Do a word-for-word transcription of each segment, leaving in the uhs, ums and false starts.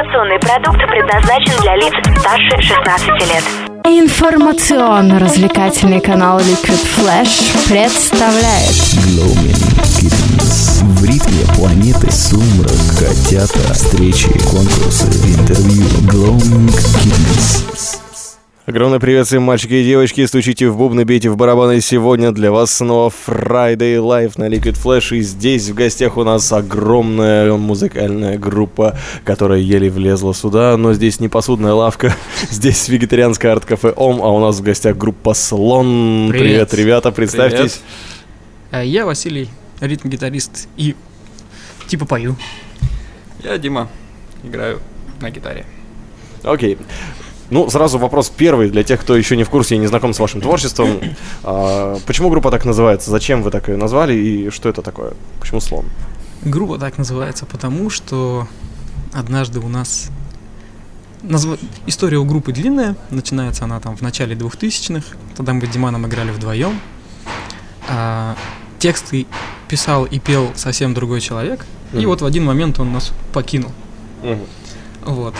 Информационный продукт предназначен для лиц старше шестнадцати лет. Информационно-развлекательный канал Liquid Flash представляет Glowing Kittens. В ритме планеты сумрак, котята, встречи, конкурсы, интервью. Glowing Kittens. Огромное привет всем, мальчики и девочки, стучите в бубны, бейте в барабаны. Сегодня для вас снова Friday Live на Liquid Flash. И здесь в гостях у нас огромная музыкальная группа, которая еле влезла сюда. Но здесь не посудная лавка, здесь вегетарианское арт-кафе Ом. А у нас в гостях группа Слон. Привет, привет ребята, представьтесь. Привет. Я Василий, ритм-гитарист и типа пою. Я Дима, играю на гитаре. Окей. Ну, сразу вопрос первый для тех, кто еще не в курсе и не знаком с вашим творчеством. А, почему группа так называется? Зачем вы так ее назвали и что это такое? Почему Слон? Группа так называется, потому что однажды у нас... Назв... История у группы длинная, начинается она там в начале двухтысячных. Тогда мы с Диманом играли вдвоем. А, тексты писал и пел совсем другой человек. Mm-hmm. И вот в один момент он нас покинул. Mm-hmm. Вот.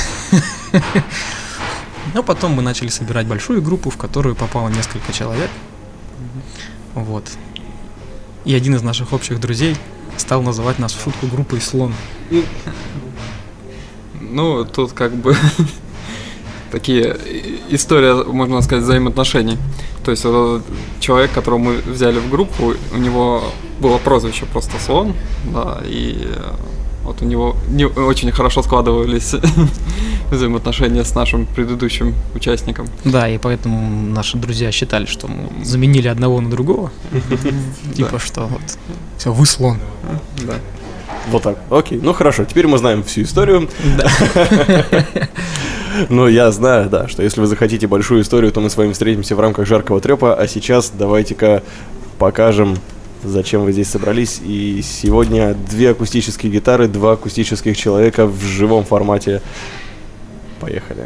Но потом мы начали собирать большую группу, в которую попало несколько человек. Mm-hmm. Вот. И один из наших общих друзей стал называть нас в шутку группой Слон. Mm. Ну, тут как бы такие история, можно сказать, взаимоотношений. То есть вот человек, которого мы взяли в группу, у него было прозвище просто Слон, да, и вот у него не очень хорошо складывались взаимоотношения с нашим предыдущим участником. Да, и поэтому наши друзья считали, что мы заменили одного на другого. Типа что вот, все, вы Слон. Да. Вот так, окей, ну хорошо, теперь мы знаем всю историю. Да. Ну, я знаю, да, что если вы захотите большую историю, то мы с вами встретимся в рамках жаркого трёпа. А сейчас давайте-ка покажем, зачем вы здесь собрались. И сегодня две акустические гитары, два акустических человека в живом формате. Поехали.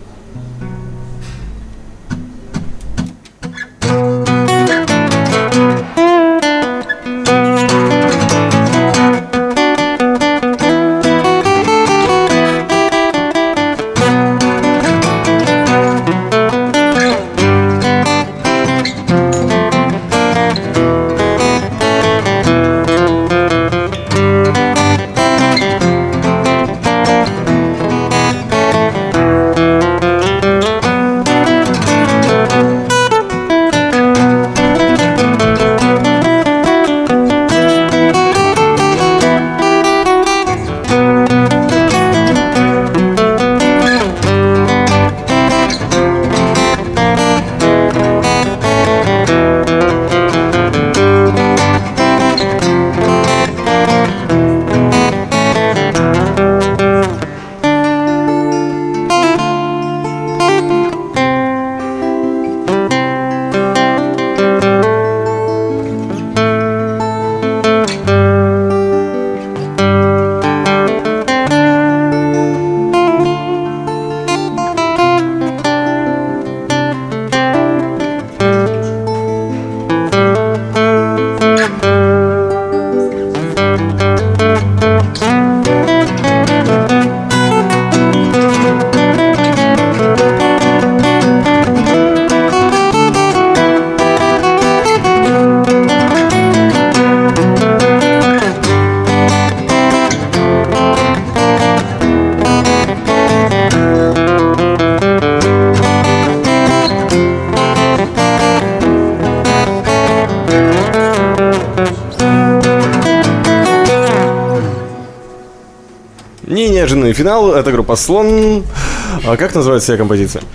Неожиданный финал, это группа Слон. А как называется вся композиция?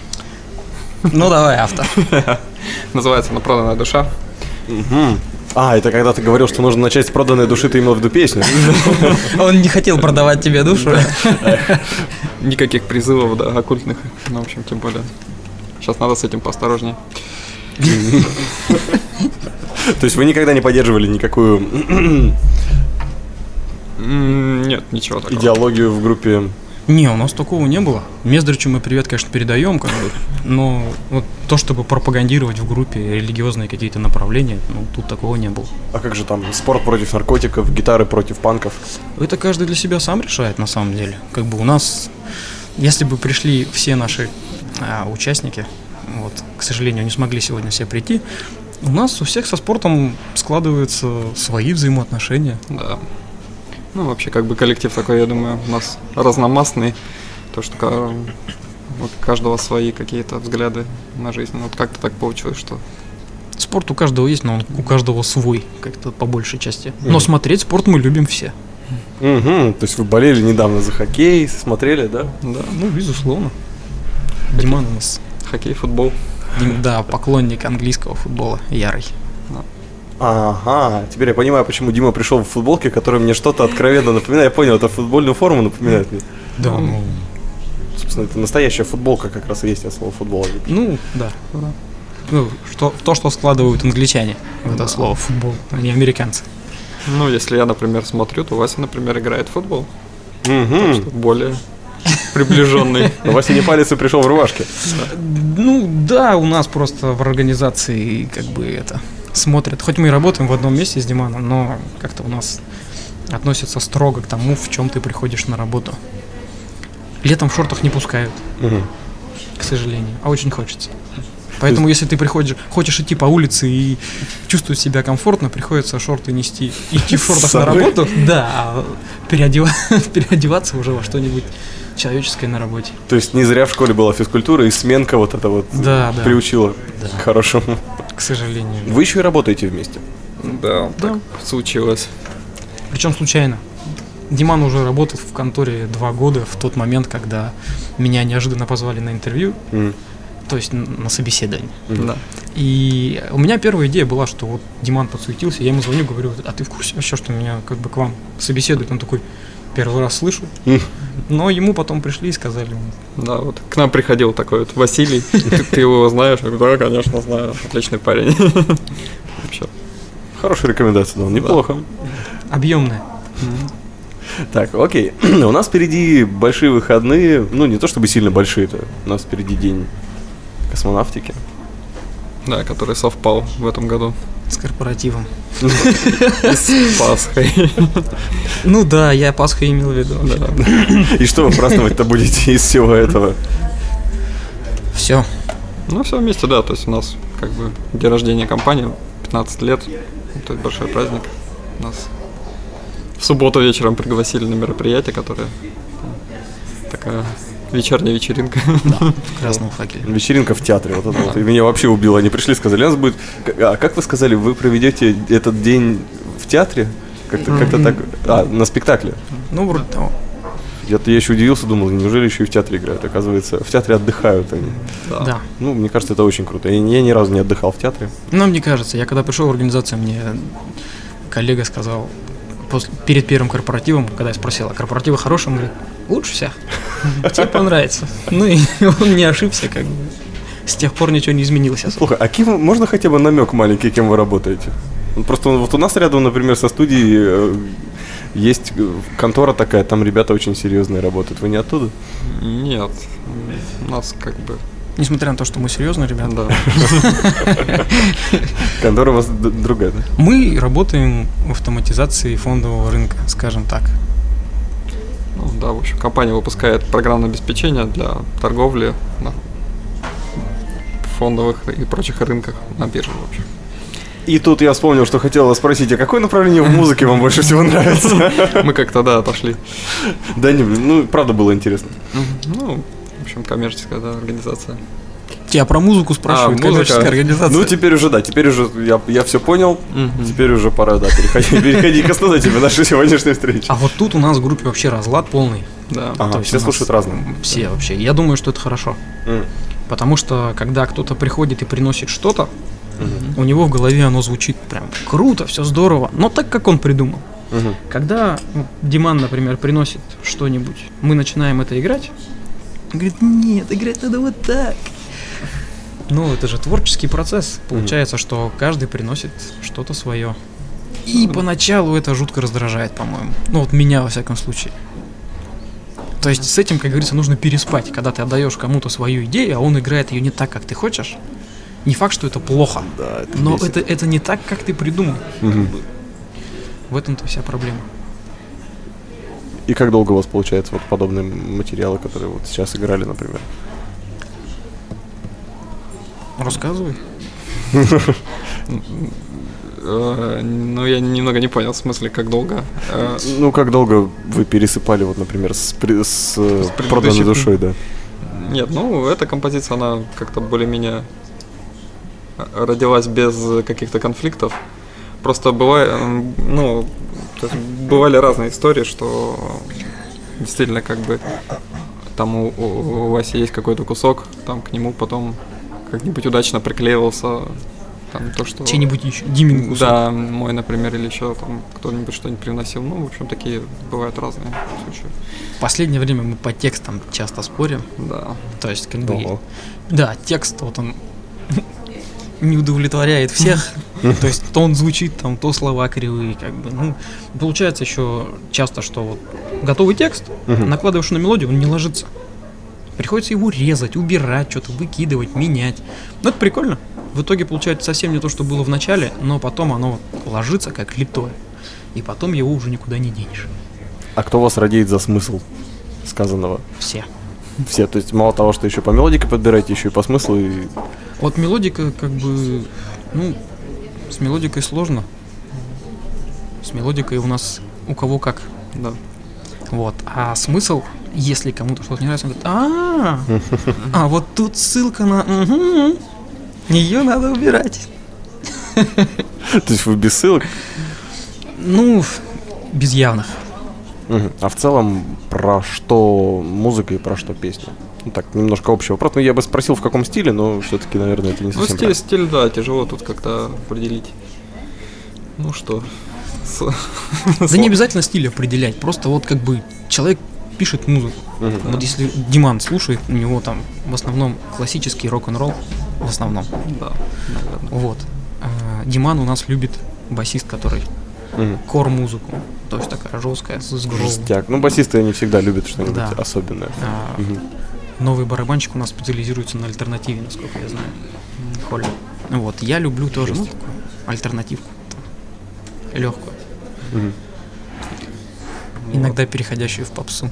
Ну давай, автор. Называется «На проданная душа». Угу. А, это когда ты говорил, что нужно начать с проданной души, ты имел в виду песню? Он не хотел продавать тебе душу. Никаких призывов, да, оккультных. Ну, в общем, тем более. Сейчас надо с этим поосторожнее. То есть вы никогда не поддерживали никакую... Нет, ничего такого. Идеологию в группе? Не, у нас такого не было. Мездричу мы привет, конечно, передаем, как бы, но вот то, чтобы пропагандировать в группе религиозные какие-то направления, ну, тут такого не было. А как же там спорт против наркотиков, гитары против панков? Это каждый для себя сам решает, на самом деле. Как бы у нас, если бы пришли все наши а, участники, вот, к сожалению, не смогли сегодня все прийти, у нас у всех со спортом складываются свои взаимоотношения. Да. Ну, вообще, как бы коллектив такой, я думаю, у нас разномастный. То, что ка- вот у каждого свои какие-то взгляды на жизнь. Вот как-то так получилось, что... Спорт у каждого есть, но он у каждого свой, как-то по большей части. Но смотреть спорт мы любим все. Угу, то есть вы болели недавно за хоккей, смотрели, да? Да. Ну, безусловно. Диман у нас, Хоккей, футбол. Дим- да, поклонник английского футбола, ярый. Ага, теперь я понимаю, почему Дима пришел в футболке, которая мне что-то откровенно напоминает. Я понял, это футбольную форму напоминает мне. Да, ну, Собственно, это настоящая футболка как раз и есть от слова футбол. ну да. Ну, что, то, что складывают англичане в это слово футбол, а не американцы. Ну, если я, например, смотрю, то Вася, например, играет в футбол. Угу. Что более приближенный. Вася не палец и пришел в рубашке. Ну да, у нас просто в организации как бы это смотрят. Хоть мы и работаем в одном месте с Диманом, но как-то у нас относятся строго к тому, в чем ты приходишь на работу. Летом в шортах не пускают, Угу. к сожалению, а очень хочется. Поэтому, если ты приходишь, хочешь идти по улице и чувствовать себя комфортно, приходится шорты нести. Идти в шортах на работу, да, а переодева- переодеваться уже во что-нибудь человеческое на работе. То есть не зря в школе была физкультура, и сменка вот это вот Да, да. приучила Да. к хорошему. К сожалению. Вы еще и работаете вместе. Да, Да. так случилось. Причем случайно. Диман уже работает в конторе два года в тот момент, когда меня неожиданно позвали на интервью, М. то есть н- на собеседование. Да. И у меня первая идея была, что вот Диман подсуетился, я ему звоню, говорю, а ты в курсе вообще, что меня как бы к вам собеседуют? Он такой, первый раз слышу. М. Но ему потом пришли и сказали, Да, вот к нам приходил такой вот Василий. Ты, ты его знаешь? Я говорю, да, конечно, знаю. Отличный парень. Вообще. Хорошая рекомендация, да, неплохо. объемная. Так, окей. У нас впереди большие выходные. Ну, не то чтобы сильно большие-то. У нас впереди день космонавтики. Да, который совпал в этом году С корпоративом. с Пасхой. Ну да, я Пасху имел в виду. Да. И что вы праздновать-то будете из всего этого? Все. Ну, все вместе, да. То есть у нас как бы день рождения компании, пятнадцать лет. То есть большой праздник. Нас в субботу вечером пригласили на мероприятие, которое там, такая вечерняя вечеринка. В красном факеле. Вечеринка в театре, вот это вот. И меня вообще убило. Они пришли, сказали, у нас будет... А как вы сказали, вы проведете этот день в театре? Как-то, как-то так... А, на спектакле. Ну, вроде того. Я-то я еще удивился, думал, неужели еще и в театре играют? Оказывается, в театре отдыхают они. Да. Ну, мне кажется, это очень круто. Я, я ни разу не отдыхал в театре. Ну, мне кажется, я когда пришел в организацию, мне коллега сказал, после, перед первым корпоративом, когда я спросил, а корпоративы хорошие, он говорит, лучше всех, тебе понравится. Ну и он не ошибся, как бы. С тех пор ничего не изменилось особо. Плохо. А кем, можно хотя бы намек маленький, кем вы работаете? Вот просто вот у нас рядом, например, со студией э, есть контора такая, там ребята очень серьезные работают. Вы не оттуда? Нет, у нас как бы... Несмотря на то, что мы серьезные ребята, Да. Контора у вас д- другая, да? мы работаем в автоматизации фондового рынка, скажем так. Ну, да, в общем, компания выпускает программное обеспечение для торговли на фондовых и прочих рынках на бирже, в общем. И тут я вспомнил, что хотел вас спросить, а какое направление в музыке вам больше всего нравится? Мы как-то, да, отошли. Да не, ну, правда было интересно. Ну, в общем, коммерческая, да, организация. Тебя про музыку спрашивают, А, музыка. коммерческая организация. Ну, теперь уже, да, теперь уже я, я все понял, Мгм. теперь уже пора, да, переходить, переходить к основной теме нашей сегодняшней встречи. А вот тут у нас в группе вообще разлад полный. Да. Ага, То есть все у нас слушают разное. Все вообще. Я думаю, что это хорошо. М. Потому что, когда кто-то приходит и приносит что-то, у него в голове оно звучит прям круто, все здорово, но так, как он придумал. Мгм. Когда ну, Диман, например, приносит что-нибудь, мы начинаем это играть, он говорит, нет, играть надо вот так. Ну, это же творческий процесс. Получается, что каждый приносит что-то свое. И поначалу это жутко раздражает, по-моему. Ну, вот меня, во всяком случае. То есть с этим, как говорится, нужно переспать. Когда ты отдаешь кому-то свою идею, а он играет ее не так, как ты хочешь, не факт, что это плохо, Да, это но бесит. это, это не так, как ты придумал. Мгм. В этом-то вся проблема. И как долго у вас получается вот подобные материалы, которые вот сейчас играли, например? Рассказывай. Э, Ну, я немного не понял, в смысле, как долго. Э, Ну, как долго вы пересыпали, вот, например, с, при- с, э, С предыдущих- проданной душой, да? Нет, ну, эта композиция, она как-то более-менее родилась без каких-то конфликтов. Просто бывает, м, ну, то есть бывали разные истории, что действительно как бы там у, у- у Васи есть какой-то кусок, там к нему потом как-нибудь удачно приклеивался там то, что... Чей-нибудь еще, Димин кусок. Да, мой, например, или еще там кто-нибудь что-нибудь привносил. Ну, в общем, такие бывают разные случаи. В последнее время мы по текстам часто спорим. Да. То есть, как бы... Ого. Да, текст, вот он не удовлетворяет всех. То есть, то он звучит, там, то слова кривые, как бы. Ну, получается еще часто, что вот готовый текст, Мгм. накладываешь на мелодию, он не ложится. Приходится его резать, убирать, что-то выкидывать, менять. Ну, это прикольно. В итоге получается совсем не то, что было в начале, но потом оно ложится как литое. И потом его уже никуда не денешь. А кто вас радеет за смысл сказанного? Все. Все, то есть мало того, что еще по мелодике подбираете, еще и по смыслу, и... Вот мелодика, как бы, ну, с мелодикой сложно. С мелодикой у нас у кого как. Да. Вот. А смысл, если кому-то что-то не нравится, он говорит, а, а вот тут ссылка на, ее надо убирать. То есть вы без ссылок? Ну, без явных. Мгм. А в целом, про что музыка и про что песня? Ну так, немножко общего. Просто я бы спросил, в каком стиле, но все-таки, наверное, это не Ну, совсем стиль, правильно. стиль, да, тяжело тут как-то определить. Ну что, с- Да не обязательно стиль определять, просто вот как бы человек пишет музыку. Мгм. Вот если Диман слушает, у него там в основном классический рок-н-ролл, в основном. Да, наверное. Вот. А, Диман у нас любит басист, который Мгм. кор-музыку, то есть такая жесткая, с гроулом. Жестяк. Ну, басисты, они всегда любят что-нибудь Да. особенное. А, Мгм. Новый барабанщик у нас специализируется на альтернативе, насколько я знаю. Коля. Вот, я люблю тоже ну, такую альтернативку. Легкую. Мгм. Иногда переходящую в попсу.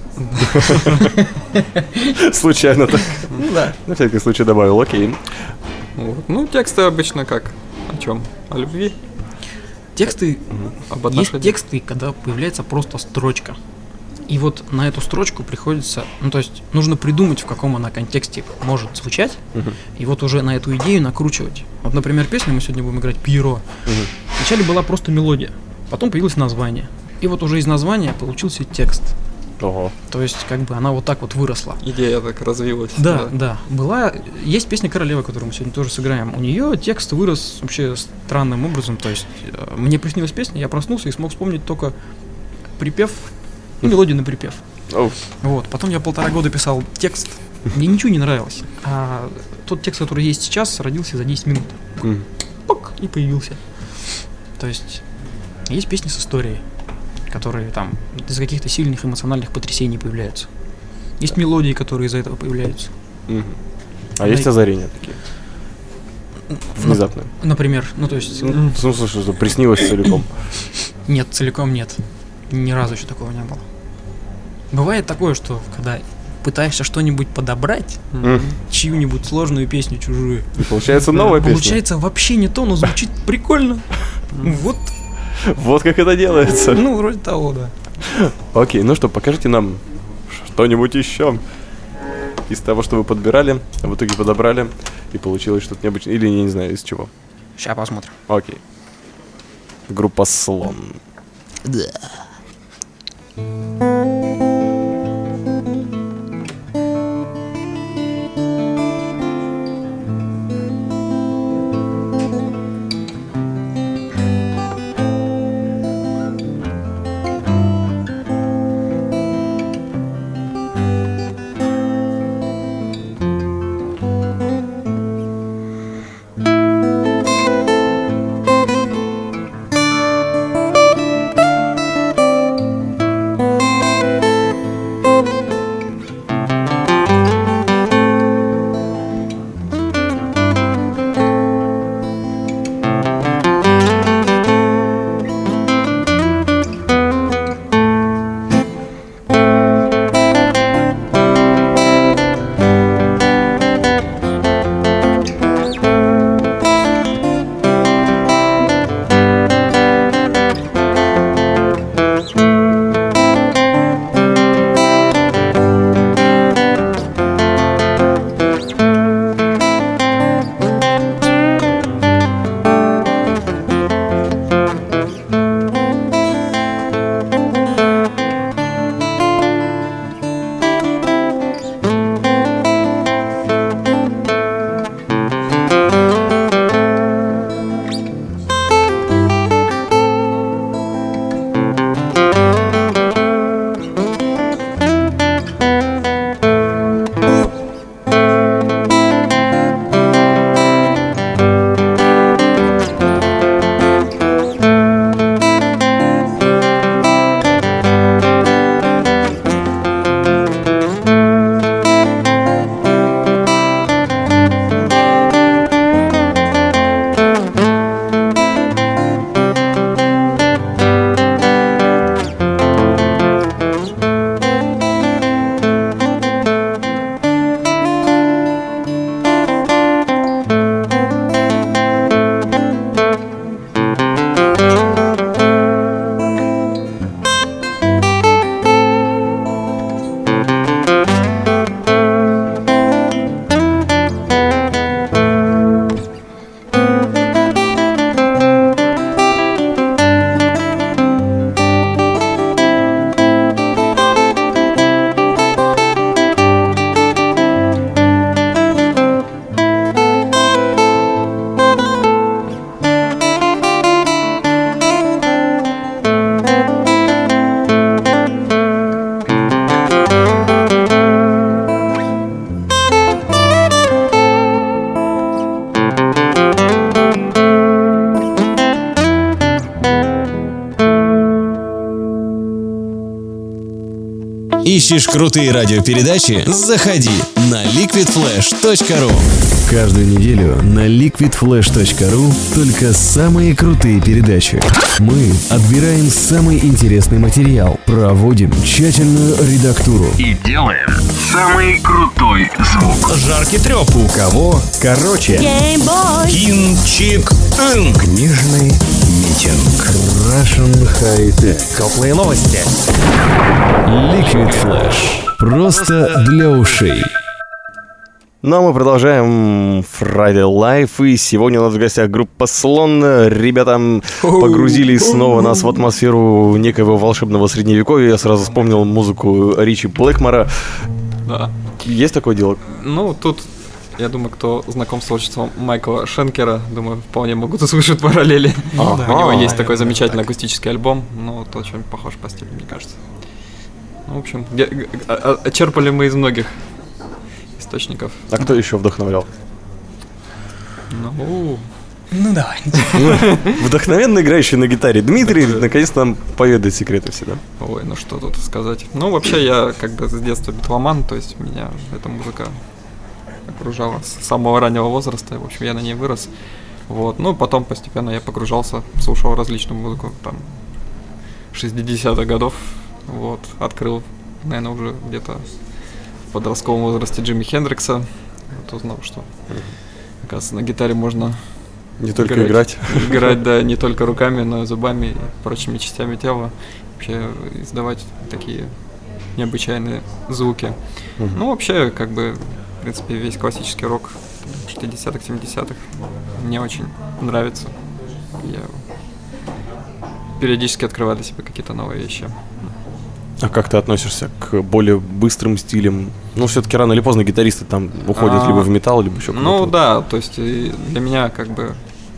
Случайно так. Ну да. На всякий случай добавил, окей. Вот. Ну, тексты обычно как? О чем? О любви? Тексты, Об есть отношениях? тексты, когда появляется просто строчка. И вот на эту строчку приходится, ну то есть нужно придумать, в каком она контексте может звучать, Мгм. и вот уже на эту идею накручивать. Вот, например, песню мы сегодня будем играть «Пьеро». Мгм. Вначале была просто мелодия, потом появилось название. И вот уже из названия получился текст. Ого. То есть как бы она вот так вот выросла. Идея так развилась. Да, да, была, есть песня «Королева», которую мы сегодня тоже сыграем. У нее текст вырос вообще странным образом. То есть э, мне приснилась песня, я проснулся и смог вспомнить только припев и мелодию на припев. Оу. Вот, потом я полтора года писал текст, мне ничего не нравилось. А тот текст, который есть сейчас, родился за десять минут. Мгм. Пок, и появился. То есть есть песни с историей, которые там из каких-то сильных эмоциональных потрясений появляются. Есть мелодии, которые из-за этого появляются. Мгм. А есть Да. озарения такие? Внезапные. Например, ну то есть, Ну, в смысле, что приснилось целиком. нет, целиком нет. Ни разу еще такого не было. Бывает такое, что когда пытаешься что-нибудь подобрать, Мгм. чью-нибудь сложную песню чужую, И получается новая песня. получается вообще не то, но звучит прикольно. Вот, Вот как это делается. ну, вроде того, да. Окей, ну что, покажите нам что-нибудь еще из того, что вы подбирали, а в итоге подобрали, и получилось что-то необычное. Или, я не знаю, из чего. Сейчас посмотрим. Окей. Группа «Слон». Thank Ищешь крутые радиопередачи? Заходи на ликвид флэш точка ру. Каждую неделю на ликвид флэш точка ру только самые крутые передачи. Мы отбираем самый интересный материал, проводим тщательную редактуру и делаем самый крутой звук. Жаркий трёп. У кого? Короче, Кинчик. книжный митинг. Russian High Tech. Теплые новости. Liquid Flash. Просто для ушей. Ну а мы продолжаем Friday Live, и сегодня у нас в гостях группа Слон. Ребята погрузили снова нас в атмосферу некоего волшебного средневековья. Я сразу вспомнил музыку Ричи Блэкмора. Да. Есть такое дело? Ну, тут, я думаю, кто знаком с творчеством Майкла Шенкера, думаю, вполне могут услышать параллели. Ага. У него есть такой замечательный акустический альбом, но вот очень похож по стилю, мне кажется. Ну, в общем, ге- ге- а- а- черпали мы из многих источников. А кто еще вдохновлял? Ну, Ну давай. Вдохновенно играющий на гитаре Дмитрий наконец-то нам поведает секреты все, да? ой, ну что тут сказать. Ну, вообще, я как бы с детства битломан, то есть меня эта музыка окружала с самого раннего возраста. В общем, я на ней вырос. Вот. Ну, потом постепенно я погружался, слушал различную музыку там шестидесятых годов. Вот. Открыл, наверное, уже где-то в подростковом возрасте Джимми Хендрикса. Вот узнал, что, оказывается, на гитаре можно Не только играть. Играть, да, не только руками, но и зубами и прочими частями тела. Вообще издавать такие необычайные звуки. Мгм. Ну, вообще, как бы, в принципе, весь классический рок шестидесятых, семидесятых мне очень нравится. Я периодически открываю для себя какие-то новые вещи. А как ты относишься к более быстрым стилям? Ну, все-таки рано или поздно гитаристы там уходят А, либо в металл, либо еще куда-то. Ну да, то есть и для меня как бы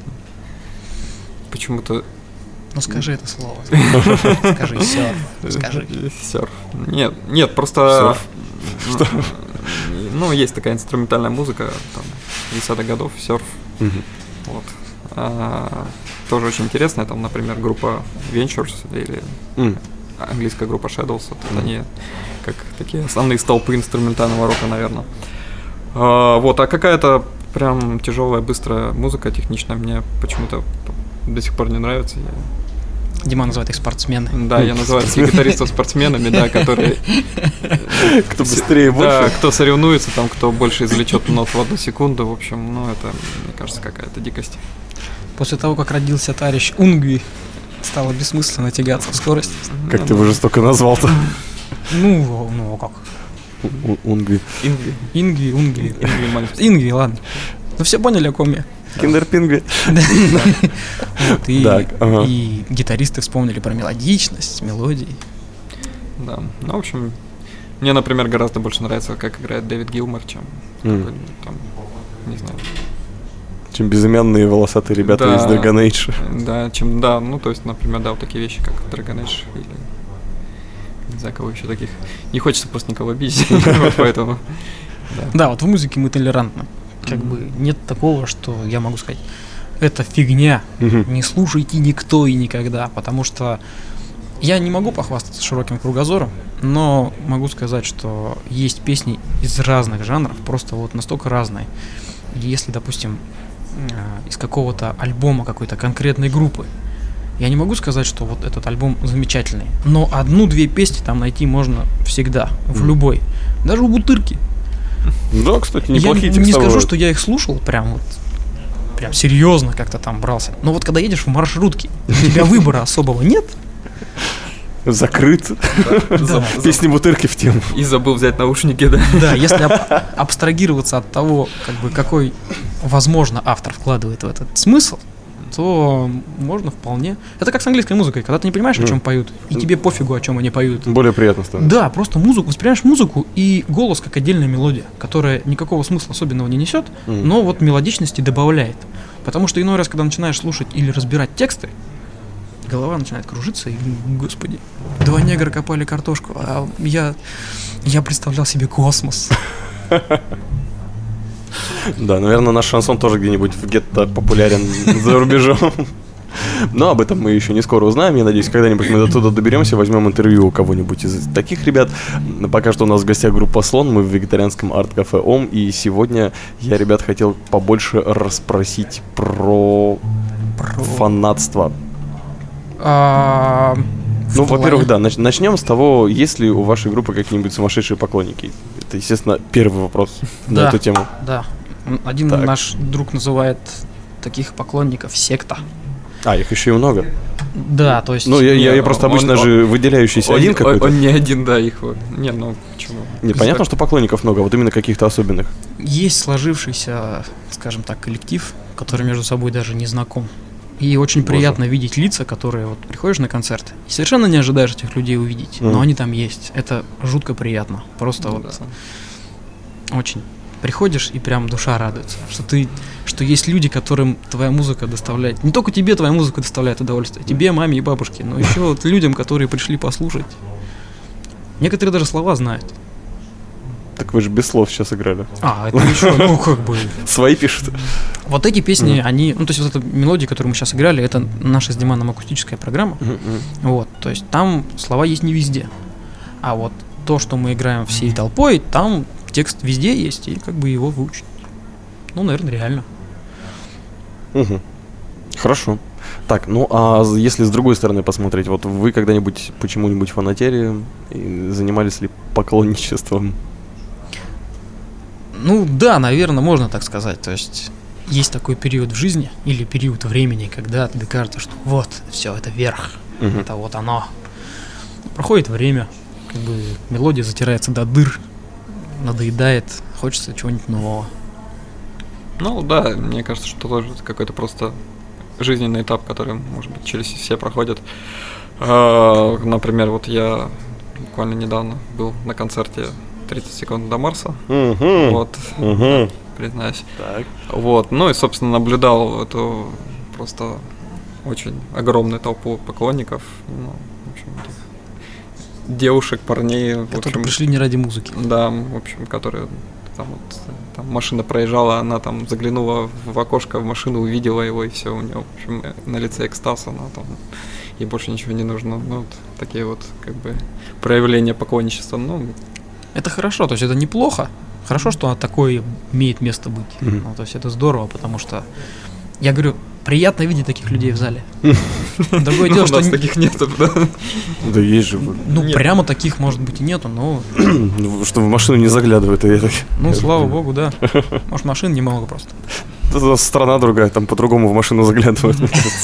почему-то Ну скажи это слово. Скажи серф. Скажи. Серф. Нет, нет, просто. Серф? м, Ну, есть такая инструментальная музыка, там, десятых годов, серф. Мгм. Вот. А, тоже очень интересная, там, например, группа Ventures или М. английская группа Shadows. Вот они как такие основные столпы инструментального рока, наверное. А, вот, а какая-то прям тяжелая, быстрая музыка, техничная, мне почему-то до сих пор не нравится. Я Дима называет их спортсмены. Да, я называю таких гитаристов спортсменами, да, которые... Кто быстрее, Да, больше. кто соревнуется, там, кто больше извлечет нот в одну секунду, в общем, ну, это, мне кажется, какая-то дикость. После того, как родился товарищ Унгви, стало бессмысленно тягаться в скорости. Как ты его жестоко назвал-то? Ну, ну как? У- Унгви. Ингви. Ингви, Унгви. Ингви Мальмстрём. Ингви, ладно. Ну все поняли, о ком я. Киндерпингви. Вот, и, Так, ага. и гитаристы вспомнили про мелодичность, мелодии. Да, ну, в общем, мне, например, гораздо больше нравится, как играет Дэвид Гилмор, чем М. какой-нибудь там, не знаю. Чем безымянные волосатые ребята Да. из Dragon Age. Да, чем, да, ну, то есть, например, да, вот такие вещи, как Dragon Age или не знаю, кого еще таких. Не хочется просто никого обидеть, вот поэтому. Да, вот в музыке мы толерантны. Как бы нет такого, что я могу сказать, это фигня, Мгм. не слушайте никто и никогда, потому что я не могу похвастаться широким кругозором, но могу сказать, что есть песни из разных жанров, просто вот настолько разные. И если, допустим, э, из какого-то альбома какой-то конкретной группы, я не могу сказать, что вот этот альбом замечательный, но одну-две песни там найти можно всегда, в Мгм. любой, даже у Бутырки. Да, кстати, Я неплохие не текста скажу, бывают. что я их слушал прям вот, прям серьезно как-то там брался. Но вот когда едешь в маршрутке, у тебя выбора особого нет. Закрыт. Да. Песни Бутырки в тему. И забыл взять наушники, да. Да, если аб- абстрагироваться от того, как бы какой, возможно, автор вкладывает в этот смысл, то можно вполне. Это как с английской музыкой, когда ты не понимаешь, о чем поют, и тебе пофигу, о чем они поют. Более приятно становится. Да, просто музыку, воспринимаешь музыку и голос как отдельная мелодия, которая никакого смысла особенного не несет, Мгм. но вот мелодичности добавляет. Потому что иной раз, когда начинаешь слушать или разбирать тексты, голова начинает кружиться, и, господи, два негра копали картошку, а я, я представлял себе космос. Да, наверное, наш шансон тоже где-нибудь в гетто популярен за рубежом. Но об этом мы еще не скоро узнаем. Я надеюсь, когда-нибудь мы до туда доберемся, возьмем интервью у кого-нибудь из таких ребят. Пока что у нас в гостях группа «Слон», мы в вегетарианском арт-кафе «Ом», и сегодня я, ребят, хотел побольше расспросить про, про... фанатство. А... Ну, во-первых, да, нач- начнем с того, есть ли у вашей группы какие-нибудь сумасшедшие поклонники? Это, естественно, первый вопрос да, на эту тему. Да, один так. наш друг называет таких поклонников секта. А, их еще и много? Да, то есть... Ну, я, я, я просто обычно он, же он, выделяющийся он, один какой-то. Он, он не один, да, их... Не, ну, почему? Не, понятно, что поклонников много, вот именно каких-то особенных. Есть сложившийся, скажем так, коллектив, который между собой даже не знаком. И очень Боже. приятно видеть лица, которые вот приходишь на концерт и совершенно не ожидаешь этих людей увидеть, mm. но они там есть. Это жутко приятно. Просто mm, вот да. очень приходишь и прям душа радуется, что ты, что есть люди, которым твоя музыка доставляет. Не только тебе твоя музыка доставляет удовольствие, тебе, маме и бабушке, но еще вот людям, которые пришли послушать. Некоторые даже слова знают. Так вы же без слов сейчас играли. А, это еще, ну как бы... Свои пишут. Вот эти песни, mm-hmm. они... Ну, то есть вот эта мелодия, которую мы сейчас играли, это наша с Диманом акустическая программа. Mm-hmm. Вот, то есть там слова есть не везде. А вот то, что мы играем всей толпой, там текст везде есть, и как бы его выучить. Ну, наверное, реально. Угу. Хорошо. Так, ну а если с другой стороны посмотреть, вот вы когда-нибудь почему-нибудь фанатели и занимались ли поклонничеством? Ну да, наверное, можно так сказать. То есть есть такой период в жизни или период времени, когда тебе кажется, что вот, все, это верх, uh-huh. это вот оно. Проходит время, как бы мелодия затирается до дыр, надоедает, хочется чего-нибудь нового. Ну да, мне кажется, что тоже это какой-то просто жизненный этап, который, может быть, через все проходят. А, например, вот я буквально недавно был на концерте тридцать секунд до Марса. Uh-huh. Вот, uh-huh. Да, признаюсь. Так. Вот, ну и, собственно, наблюдал эту просто очень огромную толпу поклонников. Ну, в общем, девушек, парней. Которые в общем, пришли не ради музыки. Да, в общем, которые там вот там машина проезжала, она там заглянула в окошко в машину, увидела его, и все, у нее, в общем, на лице экстаз, она там, ей больше ничего не нужно. Ну, вот такие вот, как бы, проявления поклонничества, ну... Это хорошо, то есть это неплохо. Хорошо, что такое имеет место быть. Mm-hmm. Ну, то есть это здорово, потому что, я говорю, приятно видеть таких людей в зале. Другое дело, что... У нас таких нету, да? Да есть же. Ну, прямо таких, может быть, и нету, но... Что в машину не заглядывают. Ну, слава богу, да. Может, машин немного просто. Страна другая, там по-другому в машину заглядывают.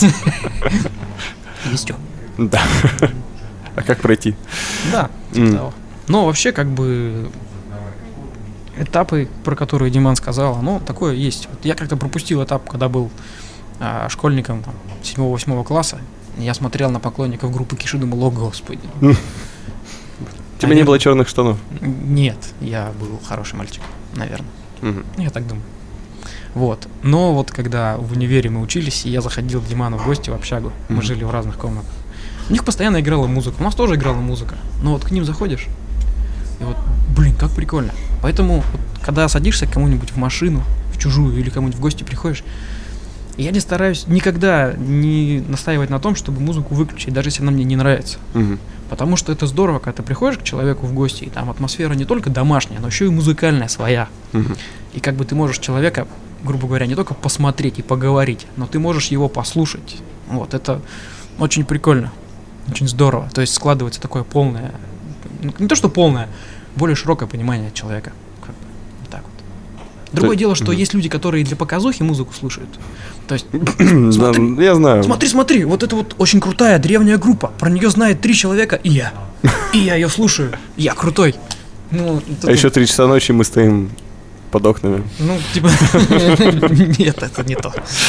Есть что. Да. А как пройти? Да, типа того. Но вообще, как бы, этапы, про которые Диман сказал, ну, такое есть. Вот я как-то пропустил этап, когда был а, школьником там, седьмого-восьмого класса. Я смотрел на поклонников группы Киш и думал, о, господи. У тебя не было черных штанов? Нет, я был хороший мальчик, наверное. Я так думаю. Вот. Но вот когда в универе мы учились, и я заходил к Диману в гости в общагу, мы жили в разных комнатах. У них постоянно играла музыка, у нас тоже играла музыка. Но вот к ним заходишь, и вот, блин, как прикольно. Поэтому, вот, когда садишься к кому-нибудь в машину, в чужую, или кому-нибудь в гости приходишь, я не стараюсь никогда не настаивать на том, чтобы музыку выключить, даже если она мне не нравится. Угу. Потому что это здорово, когда ты приходишь к человеку в гости, и там атмосфера не только домашняя, но еще и музыкальная своя. Угу. И как бы ты можешь человека, грубо говоря, не только посмотреть и поговорить, но ты можешь его послушать. Вот, это очень прикольно, очень здорово. То есть складывается такое полное, не то что полное, более широкое понимание человека. Как бы, вот так вот. Другое Ты... дело, что mm-hmm. есть люди, которые для показухи музыку слушают. То есть, смотри, да, я знаю. Смотри, смотри, вот это вот очень крутая древняя группа. Про нее знает три человека, и я. И я ее слушаю. Я крутой. Ну, а еще три часа ночи мы стоим под окнами. Ну, типа, нет, это не то.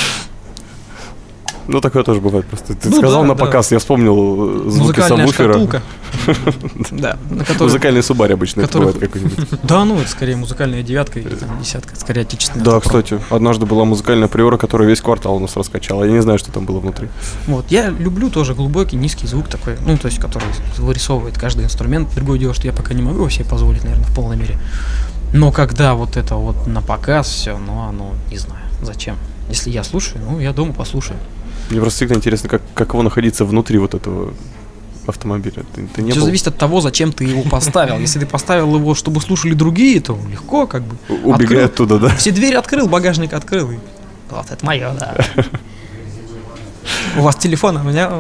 Ну, такое тоже бывает просто. Ты ну, сказал да, на да. показ, я вспомнил звуки сабвуфера. Да, музыкальный Субарь обычно это бывает какой-нибудь. Да, ну, это скорее музыкальная девятка или там десятка, скорее отечественная. Да, кстати, однажды была музыкальная приора, которая весь квартал у нас раскачала. Я не знаю, что там было внутри. Вот, я люблю тоже глубокий, низкий звук такой, ну, то есть, который вырисовывает каждый инструмент. Другое дело, что я пока не могу его себе позволить, наверное, в полной мере. Но когда вот это вот на показ все, ну, оно, не знаю, зачем. Если я слушаю, ну, я дома послушаю. Мне просто всегда интересно, как, каково находиться внутри вот этого автомобиля. Ты, ты не Все был... зависит от того, зачем ты его поставил. Если ты поставил его, чтобы слушали другие, то легко как бы. Убегай оттуда, да? Все двери открыл, багажник открыл. И... Вот, это мое, да. У вас телефон, а у меня...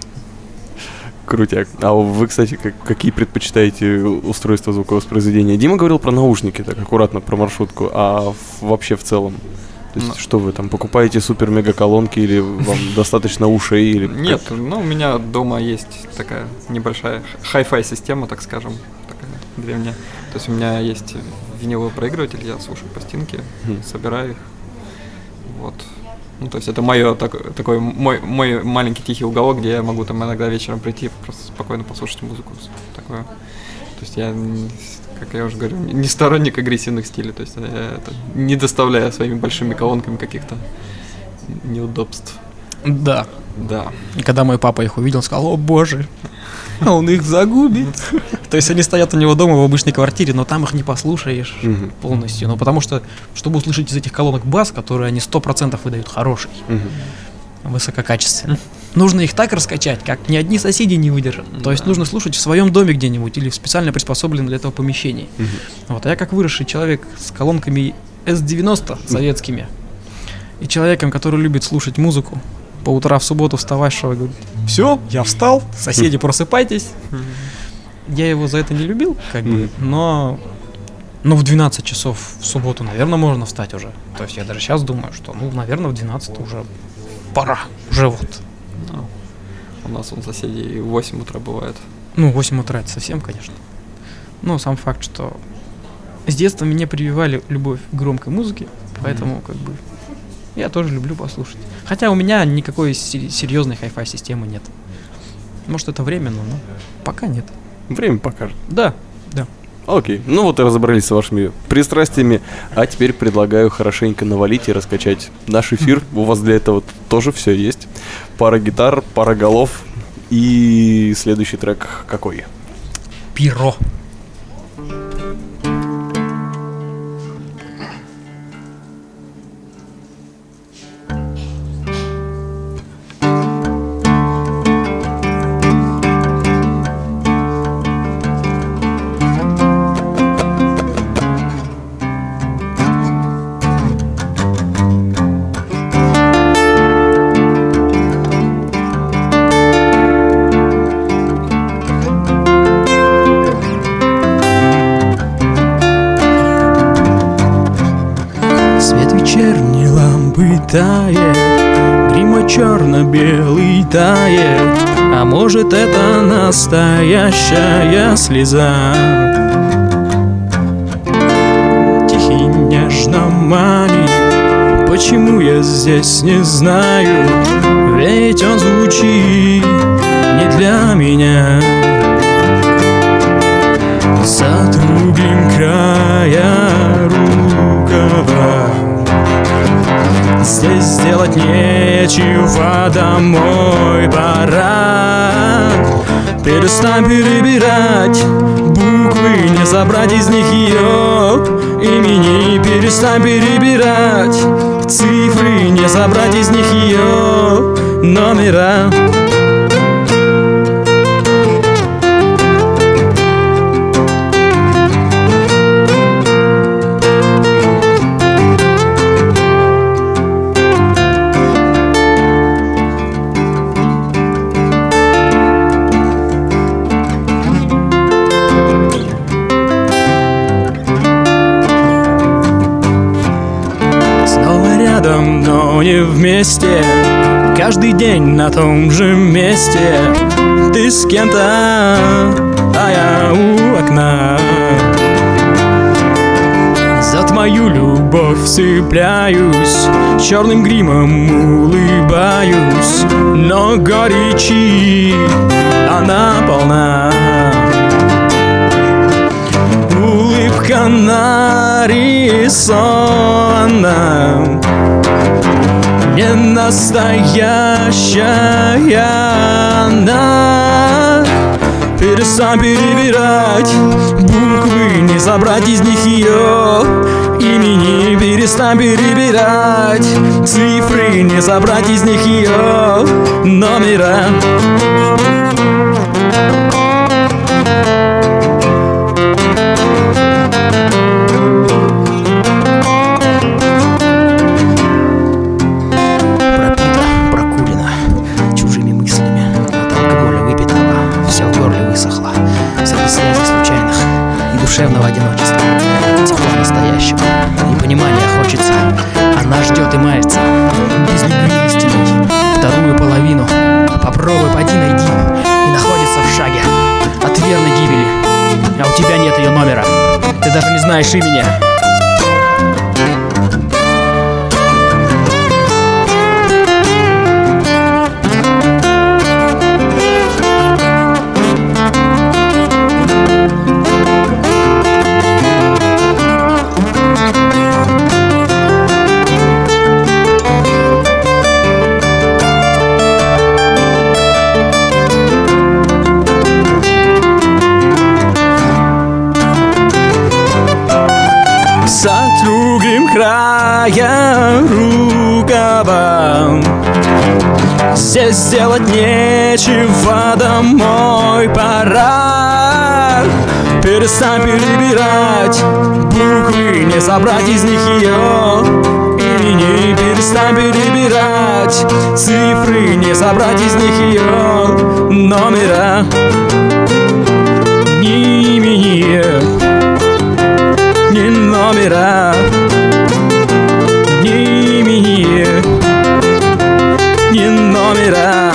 Крутяк. А вы, кстати, как, какие предпочитаете устройства звуковоспроизведения? Дима говорил про наушники, так аккуратно, про маршрутку, а в, вообще в целом? То есть, ну, что вы там, покупаете супер-мега-колонки или вам достаточно ушей? Или Нет, как? Ну, у меня дома есть такая небольшая хай-фай система, так скажем, такая древняя. То есть у меня есть виниловый проигрыватель, я слушаю пластинки, mm. собираю их. Вот. Ну, то есть это моё, так, такой мой, мой маленький тихий уголок, где я могу там иногда вечером прийти, просто спокойно послушать музыку такое. То есть я, как я уже говорю, не сторонник агрессивных стилей, то есть я это не доставляю своими большими колонками каких-то неудобств. Да. Да. И когда мой папа их увидел, сказал: о боже, он их загубит. То есть они стоят у него дома в обычной квартире, но там их не послушаешь угу. полностью. Ну потому что, чтобы услышать из этих колонок бас, которые они сто процентов выдают хороший, угу. высококачественный, нужно их так раскачать, как ни одни соседи не выдержат. Да. То есть нужно слушать в своем доме где-нибудь или в специально приспособленном для этого помещении. Угу. Вот. А я как выросший человек с колонками эс девяносто советскими и человеком, который любит слушать музыку, по утрам в субботу встававшего, говорит: все, я встал, соседи, просыпайтесь. Я его за это не любил, как бы, но, но в двенадцать часов в субботу, наверное, можно встать уже. То есть я даже сейчас думаю, что, ну, наверное, в двенадцать уже пора, уже вот. Ну, у нас у соседей в восемь утра бывает. Ну, восемь утра это совсем, конечно. Но сам факт, что с детства меня прививали любовь к громкой музыке, поэтому, как бы, я тоже люблю послушать. Хотя у меня никакой серьезной хай-фай системы нет. Может, это временно, но пока нет. Время покажет. Да, да. Окей, ну вот и разобрались с вашими пристрастиями. А теперь предлагаю хорошенько навалить и раскачать наш эфир. У вас для этого тоже все есть. Пара гитар, пара голов. И следующий трек какой? Пиро. Тает, грима черно-белый тает, а может, это настоящая слеза. Тихий нежно манит, почему я здесь не знаю, ведь он звучит не для меня. За другим края рукава здесь сделать нечего, домой пора. Перестань перебирать буквы, не забрать из них ее имени. Перестань перебирать цифры, не забрать из них ее номера. Но не вместе, каждый день на том же месте. Ты с кем-то, а я у окна. За твою любовь цепляюсь, черным гримом улыбаюсь, но горечи она полна. Улыбка нарисована, не настоящая она. Перестань перебирать буквы, не забрать из них ее имени перестань перебирать цифры, не забрать из них ее номера. Пропита, прокурена чужими мыслями, от алкоголя выпитого все в горле высохло. Среди связей случайных и душевного одиночества, тепла настоящего и понимания хочется. Она ждет и мается без любви истинной вторую половину. Попробуй, поди найди, и находится в шаге от верной гибели. А у тебя нет ее номера, ты даже не знаешь имени. Края рукава, здесь сделать нечего, домой пора. Перестань перебирать буквы, не забрать из них ее имени. Перестань перебирать цифры, не забрать из них ее номера. Ни имени, ни номера. Ни имени, ни номера.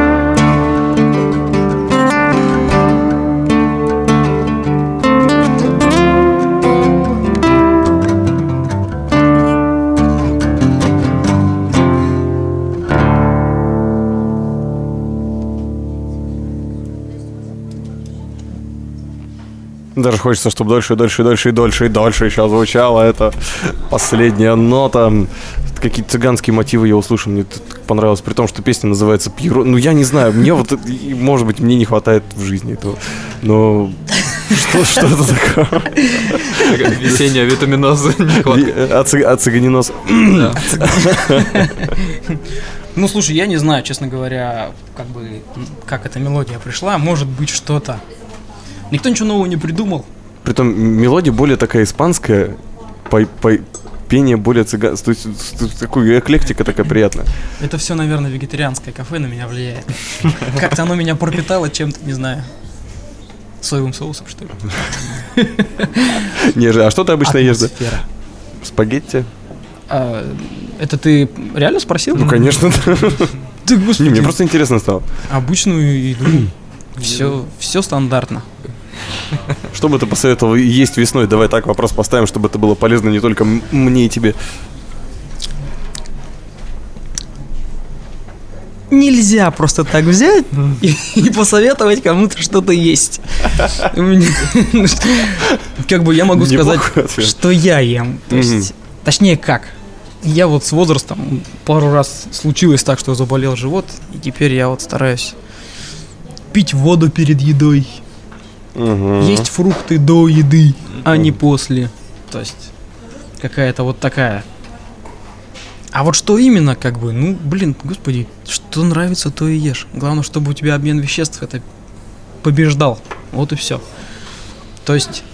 Даже хочется, чтобы дольше, дольше, дольше, дольше и дольше еще звучала эта последняя нота. Какие-то цыганские мотивы я услышал, мне это понравилось, при том, что песня называется «Пьеро». Ну, я не знаю, мне вот, может быть, мне не хватает в жизни этого, но что, что это такое? Весенняя витаминоза. А цыганиноз? Ну, слушай, я не знаю, честно говоря, как бы, как эта мелодия пришла, может быть, что-то. Никто ничего нового не придумал. Притом мелодия более такая испанская, по, по, пение более цыганское, то есть такая эклектика такая приятная. Это все, наверное, вегетарианское кафе на меня влияет. Как-то оно меня пропитало чем-то, не знаю, соевым соусом, что ли. Не, а что ты обычно ешь? Спагетти? Это ты реально спросил? Ну, конечно. Да, господи. Не, мне просто интересно стало. Обычную еду. Все, все стандартно. Что бы ты посоветовал есть весной? Давай так вопрос поставим, чтобы это было полезно не только мне и тебе. Нельзя просто так взять и, и посоветовать кому-то что-то есть. Как бы я могу сказать, что я ем. То есть, точнее как. Я вот с возрастом пару раз случилось так, что заболел живот, и теперь я вот стараюсь пить воду перед едой, угу. Есть фрукты до еды, а не после. То есть какая-то вот такая. А вот что именно, как бы, ну, блин, господи, что нравится, то и ешь. Главное, чтобы у тебя обмен веществ это побеждал. Вот и все. То есть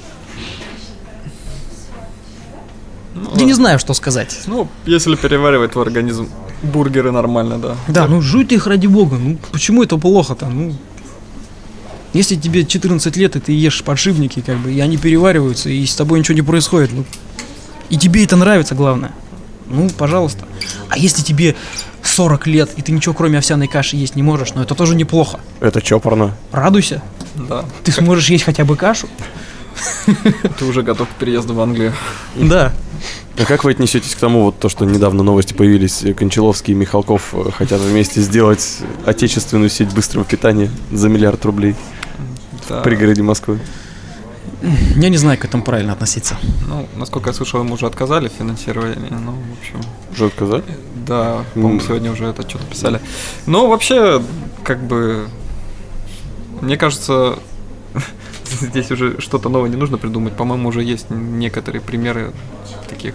ну, я не знаю, что сказать. Ну, если переваривать в организм бургеры нормально, да. Да, ну жуй их ради бога. Ну, почему это плохо-то? Ну, если тебе четырнадцать лет, и ты ешь подшипники, как бы, и они перевариваются, и с тобой ничего не происходит, ну, и тебе это нравится, главное, ну, пожалуйста. А если тебе сорок лет, и ты ничего кроме овсяной каши есть не можешь, ну, это тоже неплохо. Это чопорно. Радуйся. Да. Ты сможешь есть хотя бы кашу. Ты уже готов к переезду в Англию. Да. А как вы отнесетесь к тому, вот то, что недавно новости появились, Кончаловский и Михалков хотят вместе сделать отечественную сеть быстрого питания за миллиард рублей да. в пригороде Москвы? Я не знаю, как к этому правильно относиться. Ну, насколько я слышал, ему уже отказали в финансировании, ну, в общем... Уже отказали? Да, по-моему, сегодня уже это что-то писали. Но вообще, как бы, мне кажется... здесь уже что-то новое не нужно придумать. По-моему, уже есть некоторые примеры таких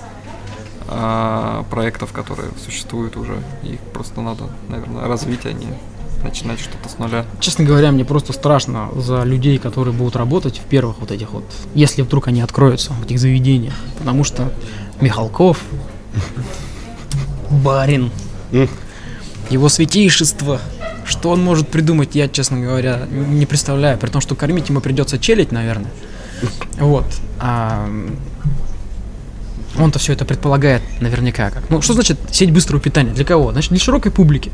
а, проектов, которые существуют уже. Их просто надо, наверное, развить, а не начинать что-то с нуля. Честно говоря, мне просто страшно за людей, которые будут работать в первых вот этих вот, если вдруг они откроются в этих заведениях. Потому что Михалков, барин, его святейшество, что он может придумать, я, честно говоря, не представляю. При том, что кормить ему придется челядь, наверное. Вот. А он-то все это предполагает наверняка как. Ну, что значит сеть быстрого питания? Для кого? Значит, для широкой публики.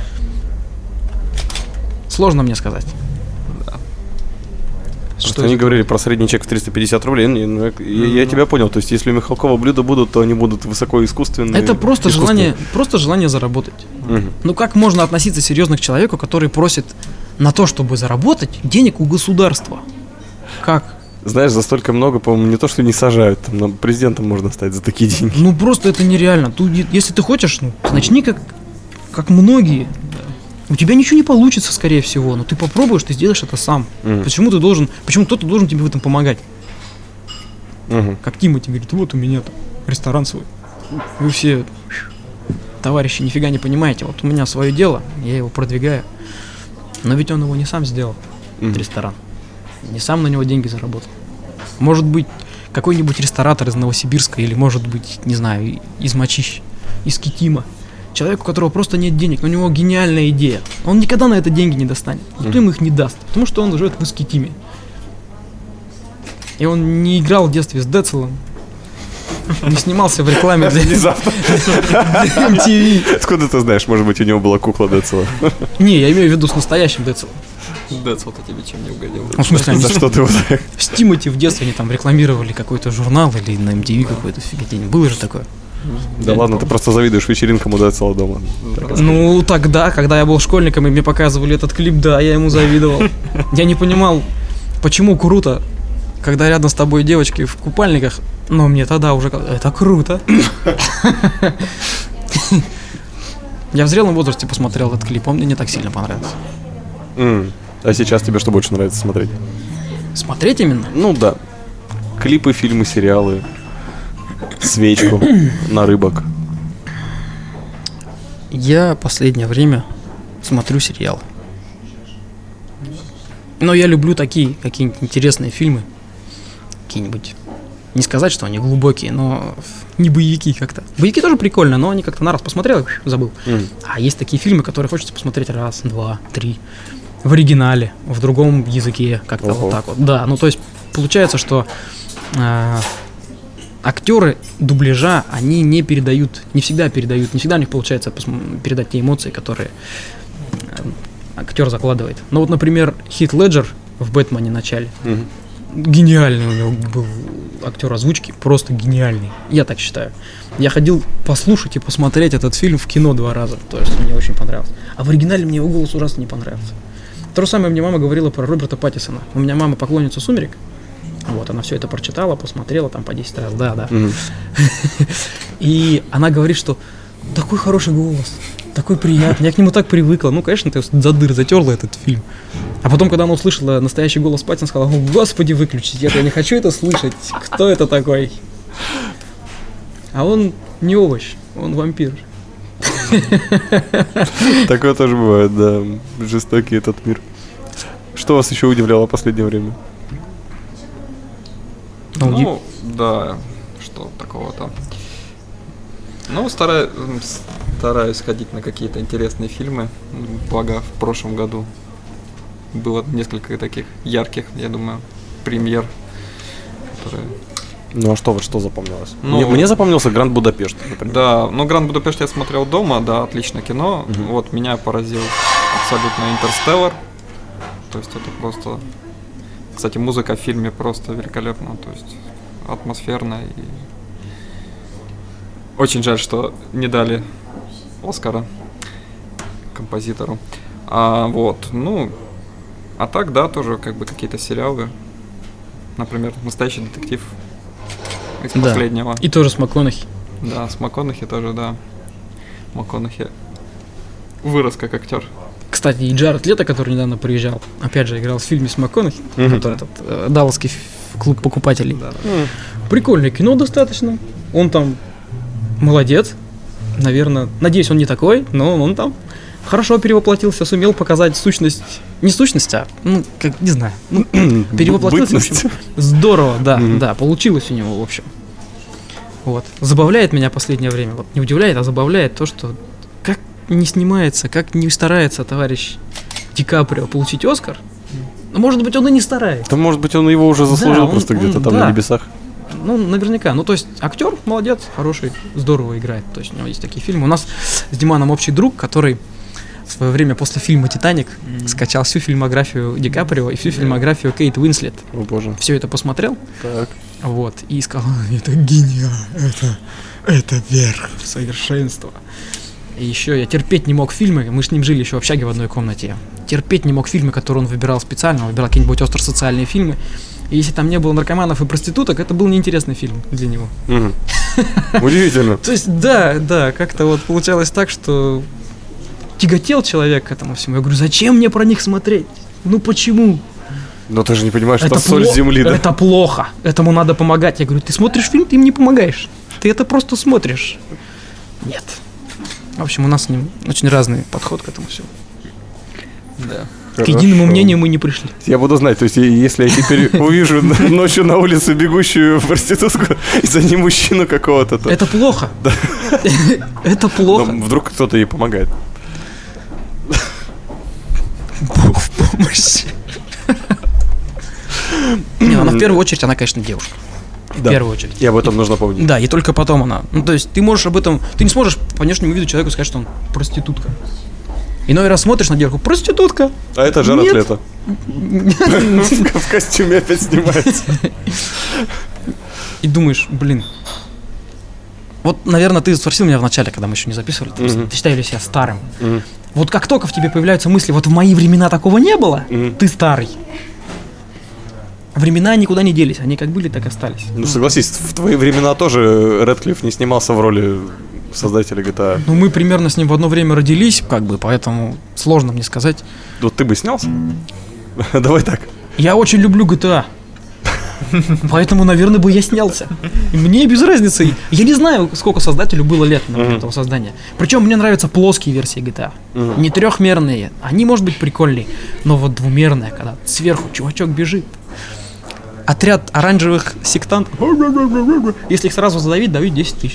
Сложно мне сказать. Да. Что они говорили про средний чек в триста пятьдесят рублей. Ну, я, mm-hmm. я тебя понял. То есть, если у Михалкова блюда будут, то они будут высоко искусственные. Это просто желание, просто желание заработать. Mm-hmm. Ну, как можно относиться серьезно к человеку, который просит на то, чтобы заработать, денег у государства? Как? Знаешь, за столько много, по-моему, не то, что не сажают. Там президентом можно стать за такие деньги. Ну, просто это нереально. Тут, если ты хочешь, ну, начни как, как многие. У тебя ничего не получится, скорее всего, но ты попробуешь, ты сделаешь это сам. Mm. Почему ты должен, почему кто-то должен тебе в этом помогать? Mm-hmm. Как Тимати говорит, вот у меня там ресторан свой. Вы все, товарищи, нифига не понимаете. Вот у меня свое дело, я его продвигаю. Но ведь он его не сам сделал, mm. этот ресторан. Не сам на него деньги заработал. Может быть, какой-нибудь ресторатор из Новосибирска или, может быть, не знаю, из Мачищ, из Китима. Человек, у которого просто нет денег, но у него гениальная идея. Он никогда на это деньги не достанет. Никто ему их не даст, потому что он живет в Искитиме. И он не играл в детстве с Децелом. Не снимался в рекламе для эм ти ви. Откуда ты знаешь? Может быть, у него была кукла Децела? Не, я имею в виду с настоящим Децелом. Децел-то тебе чем не угодил? Ну, в смысле, за что ты вот так? С Тимати в детстве они там рекламировали какой-то журнал или на эм ти ви какой-то фиготень. Было же такое. Да ладно, ты просто завидуешь вечеринкам у Децела дома. Ну, тогда, когда я был школьником, и мне показывали этот клип, да, я ему завидовал. Я не понимал, почему круто, когда рядом с тобой девочки в купальниках, но мне тогда уже это круто. Я в зрелом возрасте посмотрел этот клип, он мне не так сильно понравился. Mm. А сейчас тебе что больше нравится смотреть? Смотреть именно? Ну да. Клипы, фильмы, сериалы. Свечку на рыбок. Я последнее время смотрю сериалы. Но я люблю такие какие-нибудь интересные фильмы. Какие-нибудь. Не сказать, что они глубокие, но не боевики как-то. Боевики тоже прикольно, но они как-то на раз посмотрел и забыл. Mm. А есть такие фильмы, которые хочется посмотреть раз, два, три. В оригинале, в другом языке, как-то uh-huh. вот так вот. Да, ну то есть получается, что э, актеры дубляжа, они не передают, не всегда передают, не всегда у них получается пос- передать те эмоции, которые э, актер закладывает. Ну вот, например, Хит Леджер в «Бэтмене» начале. Uh-huh. Гениальный у него был актер озвучки, просто гениальный, я так считаю. Я ходил послушать и посмотреть этот фильм в кино два раза, то есть мне очень понравился. А в оригинале мне его голос ужасно не понравился. То же самое мне мама говорила про Роберта Паттисона. У меня мама поклонница «Сумерек». Вот, она все это прочитала, посмотрела там по десять раз, да, да. Mm-hmm. И она говорит, что такой хороший голос, такой приятный, я к нему так привыкла. Ну, конечно, ты за дыр затерла этот фильм. А потом, когда она услышала настоящий голос Паттисона, сказала: «Господи, выключите, я не хочу это слышать, кто это такой?» А он не овощ, он вампир. Такое тоже бывает, да. Жестокий этот мир. Что вас еще удивляло в последнее время? Ну, да, что такого-то. Ну, стараюсь, стараюсь ходить на какие-то интересные фильмы. Благо, в прошлом году было несколько таких ярких, я думаю, премьер, которые... Ну а что вот что запомнилось? Ну, мне, мне запомнился «Гранд Будапешт», например. Да, ну «Гранд Будапешт» я смотрел дома, да, отличное кино. Угу. Вот меня поразил абсолютно «Интерстеллар». То есть это просто... Кстати, музыка в фильме просто великолепна, то есть атмосферная. И... Очень жаль, что не дали Оскара композитору. А вот, ну, а так, да, тоже как бы какие-то сериалы. Например, «Настоящий детектив» из да. последнего. И тоже с МакКонахи. Да, с МакКонахи тоже, да. МакКонахи вырос как актер. Кстати, и Джаред Лето, который недавно приезжал, опять же, играл в фильме с МакКонахи, Мгм. который этот, э, Далласский ф- клуб покупателей. Да, М. Прикольное кино достаточно. Он там молодец. Наверное, надеюсь, он не такой, но он там хорошо перевоплотился, сумел показать сущность. Не сущность, а, ну, как, не знаю. Ну, перевоплотился, в общем. Бытность. Здорово, да, Мгм. да, получилось у него, в общем. Вот. Забавляет меня последнее время. Вот не удивляет, а забавляет то, что как не снимается, как не старается товарищ Ди Каприо получить Оскар. Ну, может быть, он и не старается. Да, может быть, он его уже заслужил Да, он- просто где-то он- там да. на небесах. Ну, наверняка. Ну, то есть, актер молодец, хороший, здорово играет. То есть, у него есть такие фильмы. У нас с Диманом общий друг, который в свое время после фильма «Титаник» скачал всю фильмографию Ди Каприо и всю фильмографию Кейт Уинслет. О боже. Все это посмотрел, Так. вот, и сказал, это гениально, это, это верх совершенства. И еще я терпеть не мог фильмы, мы с ним жили еще в общаге в одной комнате, терпеть не мог фильмы, которые он выбирал специально, он выбирал какие-нибудь остро-социальные фильмы. И если там не было наркоманов и проституток, это был неинтересный фильм для него. Мгм. Удивительно. То есть, да, да, как-то вот получалось так, что тяготел человек к этому всему. Я говорю, зачем мне про них смотреть? Ну почему? Но ты же не понимаешь, что Это соль пло- земли, да? Это плохо. Этому надо помогать. Я говорю, ты смотришь фильм, ты им не помогаешь. Ты это просто смотришь. Нет. В общем, у нас с ним очень разный подход к этому всему. Да. К единому Хорошо. мнению мы не пришли. Я буду знать, то есть е- если я теперь увижу н- ночью на улице бегущую проститутку и за ней мужчину какого-то, то Это плохо. Это плохо. но вдруг кто-то ей помогает. Бог в помощь. Не, она в первую очередь, она, конечно, девушка. В Да. первую очередь. И об этом нужно помнить. Да, и только потом она. Ну, то есть ты можешь об этом... Ты не сможешь по внешнему виду человеку сказать, что он проститутка. Иной раз смотришь на девушку, проститутка. А это Джаред Нет. Лето. В костюме опять снимается. И думаешь, блин. Вот, наверное, ты спросил меня вначале, когда мы еще не записывали, ты Мгм. ты считаешь ли себя старым. Мгм. Вот как только в тебе появляются мысли, вот в мои времена такого не было, Мгм. ты старый. Времена никуда не делись, они как были, так и остались. Ну согласись, в твои времена тоже Рэдклифф не снимался в роли создателя джи ти эй. Ну, мы примерно с ним в одно время родились, как бы, поэтому сложно мне сказать. Вот ты бы снялся? Давай так. Я очень люблю джи ти эй. Поэтому, наверное, бы я снялся. И мне без разницы. Я не знаю, сколько создателю было лет на момент Мгм. этого создания. Причем мне нравятся плоские версии джи ти эй. Мгм. Не трехмерные. Они, может быть, прикольные. Но вот двумерные, когда сверху чувачок бежит. Отряд оранжевых сектантов. Если их сразу задавить, давить десять тысяч.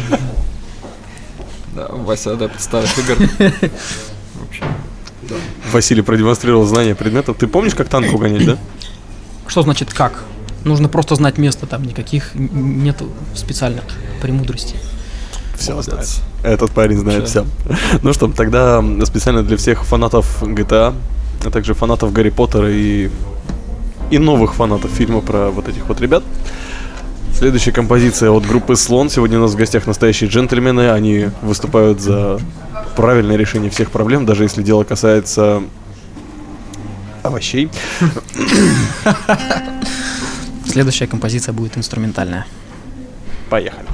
Да, Вася адепт старых игр. Вообще. Василий продемонстрировал знание предметов. Ты помнишь, как танк угонять, да? Что значит как? Нужно просто знать место, там никаких н- нету специальных премудростей. Все знает. Этот парень знает все. Вообще. Ну что, тогда специально для всех фанатов джи ти эй, а также фанатов Гарри Поттера и, и новых фанатов фильма про вот этих вот ребят. Следующая композиция от группы «Слон». Сегодня у нас в гостях настоящие джентльмены. Они выступают за правильное решение всех проблем, даже если дело касается овощей. Следующая композиция будет инструментальная. Поехали.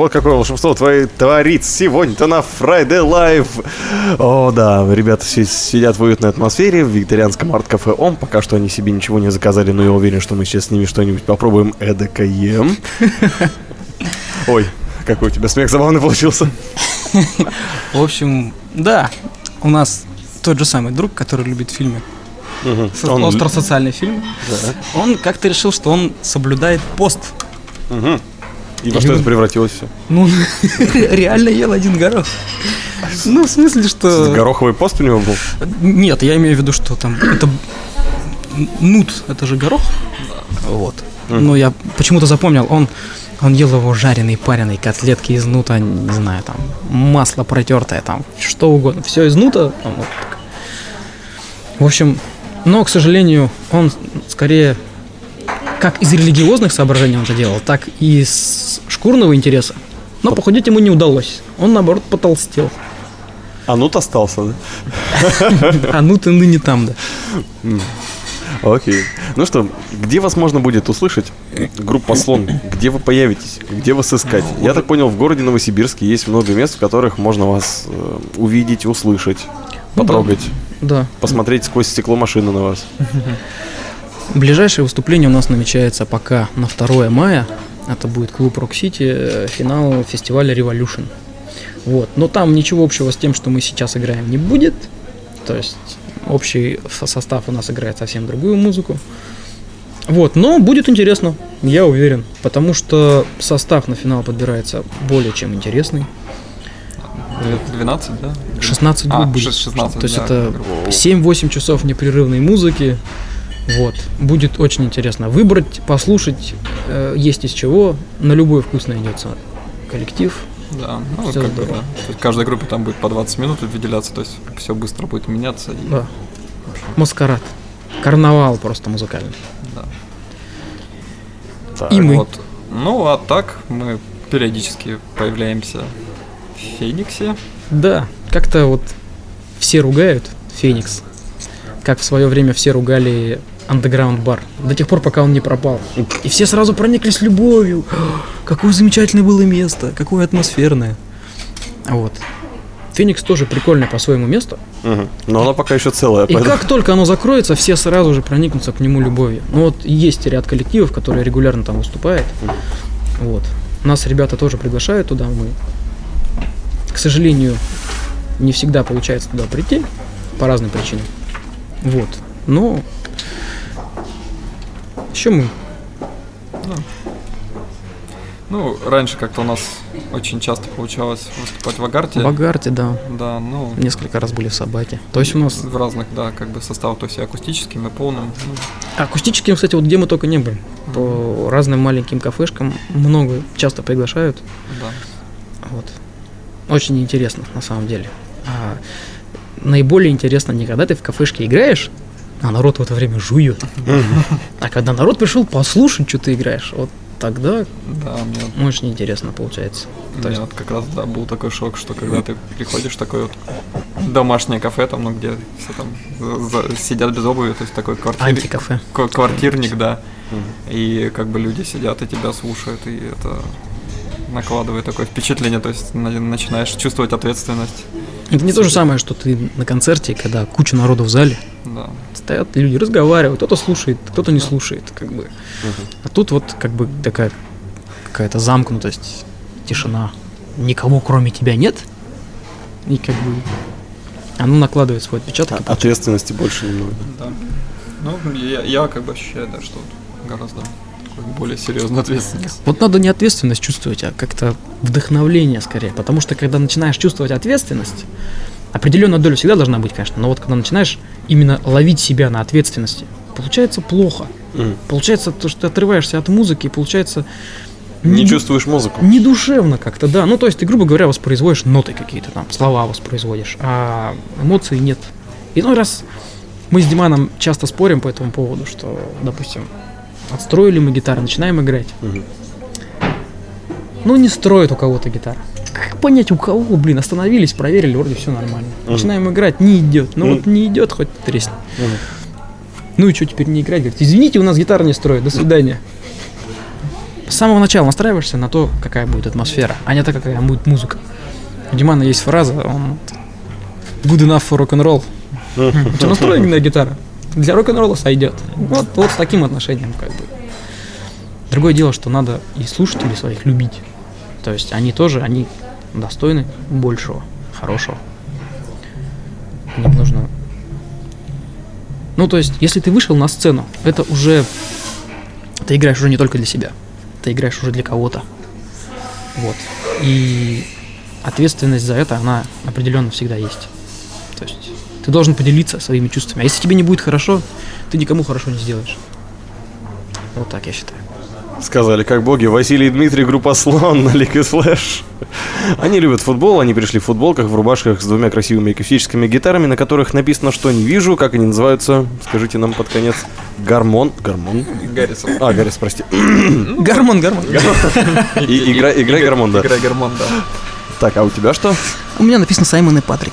вот какое волшебство твое творится сегодня-то на Friday Live. О, да, ребята сидят в уютной атмосфере в вегетарианском арт-кафе Ом. Пока что они себе ничего не заказали, но я уверен, что мы сейчас с ними что-нибудь попробуем эдакое. Ой, какой у тебя смех забавный получился. В общем, да, у нас тот же самый друг, который любит фильмы. Угу. Он... Остросоциальный фильм. Да. Он как-то решил, что он соблюдает пост. Угу. И во что это превратилось все? Ну, реально ел один горох. Ну, в смысле, что... Гороховый пост у него был? Нет, я имею в виду, что там... Это нут, это же горох. Вот. Но я почему-то запомнил, он... Он ел его жареный, пареный, котлетки из нута, не знаю, там, масло протертое, там, что угодно. Все из нута. Там, вот. В общем, но, к сожалению, он скорее, как из религиозных соображений он это делал, так и из шкурного интереса. Но похудеть ему не удалось. Он, наоборот, потолстел. А нут остался, да? А нут и ныне там, да. Окей. Ну что, где вас можно будет услышать? Группа «Слон». Где вы появитесь? Где вас искать? Я так понял, в городе Новосибирске есть много мест, в которых можно вас э, увидеть, услышать, потрогать. Да. Посмотреть сквозь стекло машины на вас. Ближайшее выступление у нас намечается пока на второе мая. Это будет клуб Рок-Сити, финал фестиваля Revolution. Вот. Но там ничего общего с тем, что мы сейчас играем, не будет. То есть общий состав у нас играет совсем другую музыку. Вот, но будет интересно, я уверен, потому что состав на финал подбирается более чем интересный. двенадцать, да? шестнадцать групп а, будет. шестнадцать, То есть да. это семь-восемь часов непрерывной музыки. Вот, будет очень интересно выбрать, послушать, э, есть из чего. На любой вкус найдется коллектив. Да, ну, как бы, да. То есть каждой группе там будет по двадцать минут выделяться, то есть все быстро будет меняться. И... Да. Маскарад. Карнавал просто музыкальный. Да. Так, и мы. Вот. Ну, а так мы периодически появляемся в Фениксе. Да, как-то вот все ругают Феникс, как в свое время все ругали Underground бар, до тех пор, пока он не пропал. И все сразу прониклись любовью. Какое замечательное было место, какое атмосферное. Вот. Феникс тоже прикольное по-своему место. Угу. Но оно пока еще целое. И поэтому... как только оно закроется, все сразу же проникнутся к нему любовью. Ну вот есть ряд коллективов, которые регулярно там выступают. Вот. Нас ребята тоже приглашают туда. Мы, к сожалению, не всегда получается туда прийти по разным причинам. Вот. Но еще мы. Ну, ну, раньше как-то у нас очень часто получалось выступать в Агарте. В Агарте, да. Да, ну. Несколько раз были в Собаке. То есть у нас в разных, да, как бы составах, то есть и акустическим, и полным. Ну. Акустическим, кстати, вот где мы только не были. Mm-hmm. По разным маленьким кафешкам много часто приглашают. Да. Вот. Очень интересно, на самом деле. А наиболее интересно не когда ты в кафешке играешь, а народ в это время жует. Mm-hmm. А когда народ пришел послушать, что ты играешь, вот тогда да, мне очень интересно получается. У меня вот как раз да, был такой шок, что когда ты приходишь в такое вот домашнее кафе, там, ну, где все там за, сидят без обуви, то есть такой квартир... антикафе. Квартирник, да. Mm-hmm. И как бы люди сидят и тебя слушают, и это накладывает такое впечатление, то есть начинаешь чувствовать ответственность. Это не то же самое, что ты на концерте, когда куча народу в зале, да. Стоят люди, разговаривают, кто-то слушает, кто-то не слушает, как бы. Uh-huh. А тут вот как бы такая какая-то замкнутость, тишина, никого кроме тебя нет, и как бы оно накладывает свой отпечаток. А, ответственности больше немного. Да. Ну, я, я как бы ощущаю, да, что гораздо более серьезная ответственность. Вот надо не ответственность чувствовать, а как-то вдохновление скорее, потому что когда начинаешь чувствовать ответственность, определенная доля всегда должна быть, конечно, но вот когда начинаешь именно ловить себя на ответственности, получается плохо. Mm. Получается то, что ты отрываешься от музыки, получается... Не, не чувствуешь музыку. Не душевно как-то, да. Ну, то есть ты, грубо говоря, воспроизводишь ноты какие-то там, слова воспроизводишь, а эмоций нет. И ну раз мы с Диманом часто спорим по этому поводу, что, допустим, отстроили мы гитару, начинаем играть. Mm-hmm. Ну, не строит у кого-то гитара. Как понять, у кого, блин, остановились, проверили, вроде все нормально. Uh-huh. Начинаем играть, не идет. Ну uh-huh. вот не идет, хоть тресни. Uh-huh. Ну и что теперь не играть? Говорит, извините, у нас гитара не строит, до свидания. с самого начала настраиваешься на то, какая будет атмосфера, а не то, какая будет музыка. У Димана есть фраза, он good enough for rock-and-roll. У тебя настроенная гитара, для рок-н-ролла сойдет. Вот, вот с таким отношением как бы. Другое дело, что надо и слушателей своих любить. То есть они тоже, они достойны большего, хорошего. Им нужно... Ну, то есть, если ты вышел на сцену, это уже... Ты играешь уже не только для себя. Ты играешь уже для кого-то. Вот. И ответственность за это, она определенно всегда есть. То есть, ты должен поделиться своими чувствами. А если тебе не будет хорошо, ты никому хорошо не сделаешь. Вот так я считаю. Сказали как боги. Василий и Дмитрий, группа «Слон» на Liquid Flash. Они любят футбол, они пришли в футболках, в рубашках с двумя красивыми акустическими гитарами, на которых написано, что не вижу, как они называются, скажите нам под конец. Гармон. Гармон? Гаррисон. А, Гаррис, прости. Гармон, гармон. Играй гармон, да. Играй гармон, да. Так, а у тебя что? У меня написано Саймон и Патрик.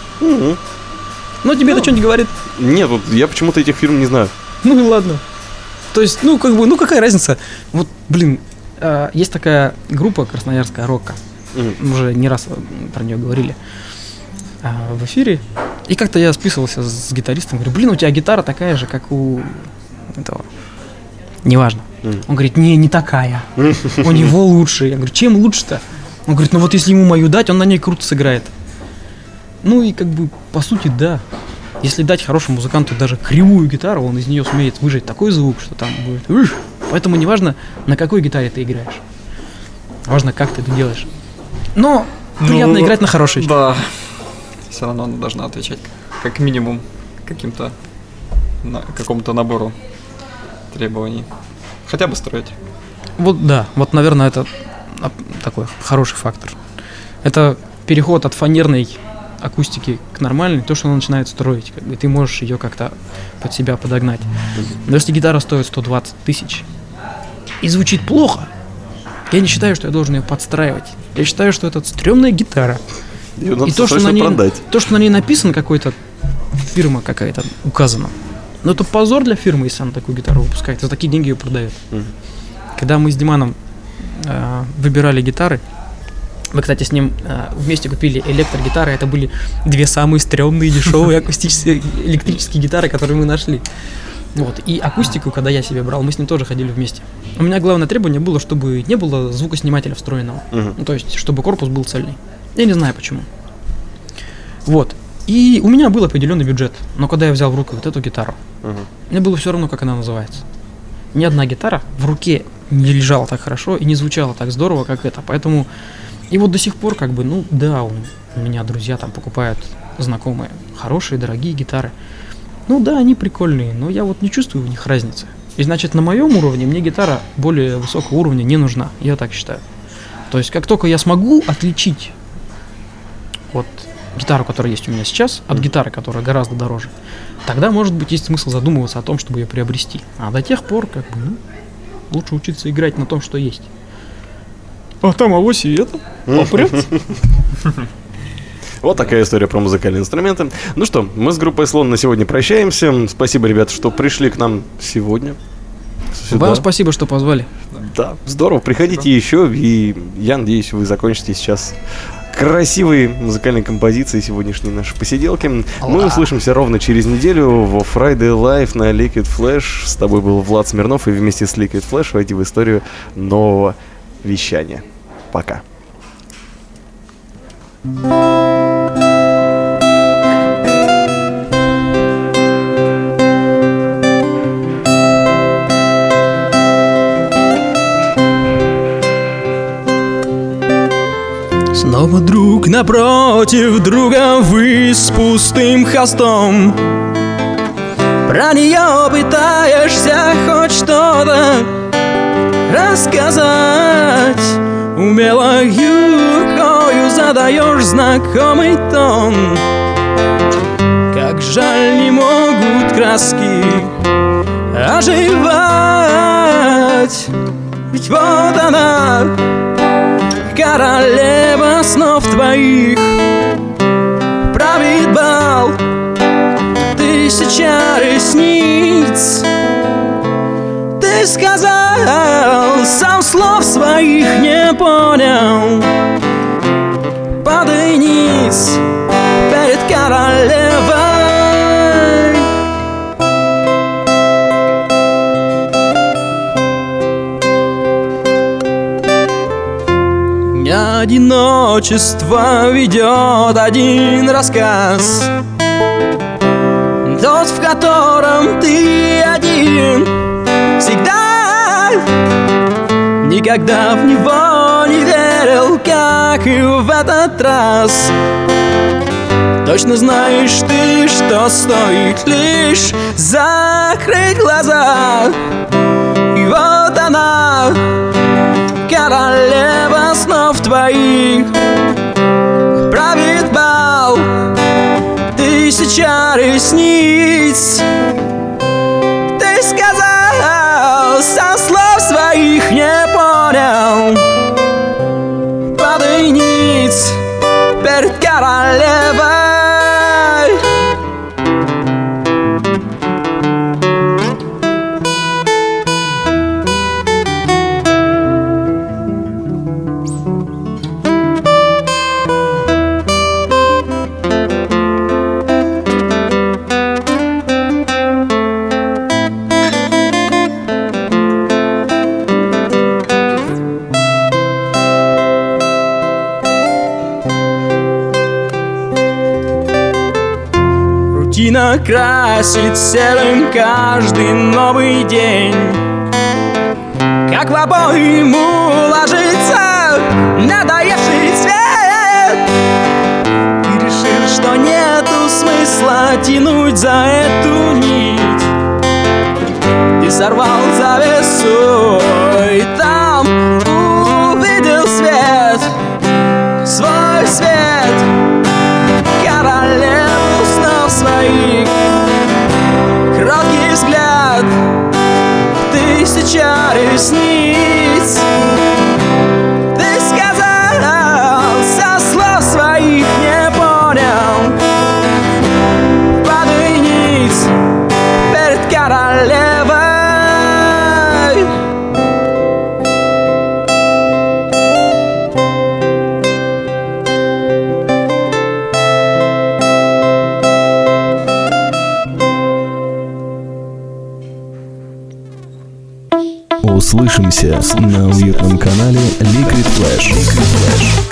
Ну, тебе это что не говорит? Нет, вот я почему-то этих фирм не знаю. Ну и ладно. То есть, ну, как бы, ну какая разница? Вот, блин, э, есть такая группа красноярская «Рокка». Mm-hmm. Уже не раз про нее говорили э, в эфире. И как-то я списывался с гитаристом. Говорю, блин, у тебя гитара такая же, как у этого. Неважно. Mm-hmm. Он говорит, не, не такая. У него лучше. Я говорю, чем лучше-то? Он говорит, ну вот если ему мою дать, он на ней круто сыграет. Ну и как бы, по сути, да. Если дать хорошему музыканту даже кривую гитару, он из нее сумеет выжать такой звук, что там будет... Ух! Поэтому не важно, на какой гитаре ты играешь. Важно, как ты это делаешь. Но приятно ну, играть на хорошей. Да. Все равно она должна отвечать как минимум каким-то... На, какому-то набору требований. Хотя бы строить. Вот да. Вот, наверное, это такой хороший фактор. Это переход от фанерной акустики к нормальной, то, что она начинает строить, как бы, ты можешь ее как-то под себя подогнать. Но если гитара стоит сто двадцать тысяч и звучит плохо, я не считаю, что я должен ее подстраивать. Я считаю, что это стрёмная гитара. Ее надо и то, что на ней, продать. то, что на ней написано какой-то, фирма какая-то указана, но это позор для фирмы, если она такую гитару выпускает. За такие деньги ее продает. Mm. Когда мы с Диманом э, выбирали гитары, мы, кстати, с ним э, вместе купили электрогитары. Это были две самые стрёмные, дешевые акустические электрические гитары, которые мы нашли. Вот. И акустику, когда я себе брал, мы с ним тоже ходили вместе. У меня главное требование было, чтобы не было звукоснимателя встроенного. Uh-huh. Ну, то есть, чтобы корпус был цельный. Я не знаю почему. Вот. И у меня был определенный бюджет. Но когда я взял в руку вот эту гитару, uh-huh. мне было все равно, как она называется. Ни одна гитара в руке не лежала так хорошо и не звучала так здорово, как эта. Поэтому... И вот до сих пор, как бы, ну да, у, у меня друзья там покупают знакомые хорошие, дорогие гитары. Ну да, они прикольные, но я вот не чувствую в них разницы. И значит, на моем уровне мне гитара более высокого уровня не нужна, я так считаю. То есть, как только я смогу отличить вот гитару, которая есть у меня сейчас, от гитары, которая гораздо дороже, тогда, может быть, есть смысл задумываться о том, чтобы ее приобрести. А до тех пор, как бы, ну, лучше учиться играть на том, что есть. А там авось и это попрется. Вот такая история про музыкальные инструменты. Ну что, мы с группой «Слон» на сегодня прощаемся. Спасибо, ребята, что пришли к нам сегодня. Сюда. Вам спасибо, что позвали. Да, здорово. Приходите спасибо. Еще, и я надеюсь, вы закончите сейчас красивые музыкальные композиции сегодняшней нашей посиделки. Алла. Мы услышимся ровно через неделю во Friday Live на Liquid Flash. С тобой был Влад Смирнов, и вместе с Liquid Flash войди в историю нового вещания. Пока. Снова друг напротив друга, вы с пустым хвостом. Про нее пытаешься хоть что-то рассказать. Умелою рукою задаешь знакомый тон. Как жаль, не могут краски оживать. Ведь вот она, королева снов твоих, правит бал тысяча ресниц. Ты сказал сам слов своих не понял. Падай низ перед королевой. Одиночество ведет один рассказ, тот, в котором ты один всегда. Никогда в него не верил, как и в этот раз. Точно знаешь ты, что стоит лишь закрыть глаза, и вот она, королева снов твоих, правит бал тысяча ресниц. Ты сказал, со слов своих не понял. Падай ниц перед королевой. Рутина красит серым каждый новый день, как в обойму ложится надоевший цвет. И решил, что нету смысла тянуть за эту нить. Ты сорвал завесу и там увидел свет, свой свет, королеву снов своих. Кроткий взгляд, тысяча ресниц. Ты сказал, со слов своих не понял. Падай ниц перед королевой. Услышимся на уютном канале Liquid Flash. Liquid Flash.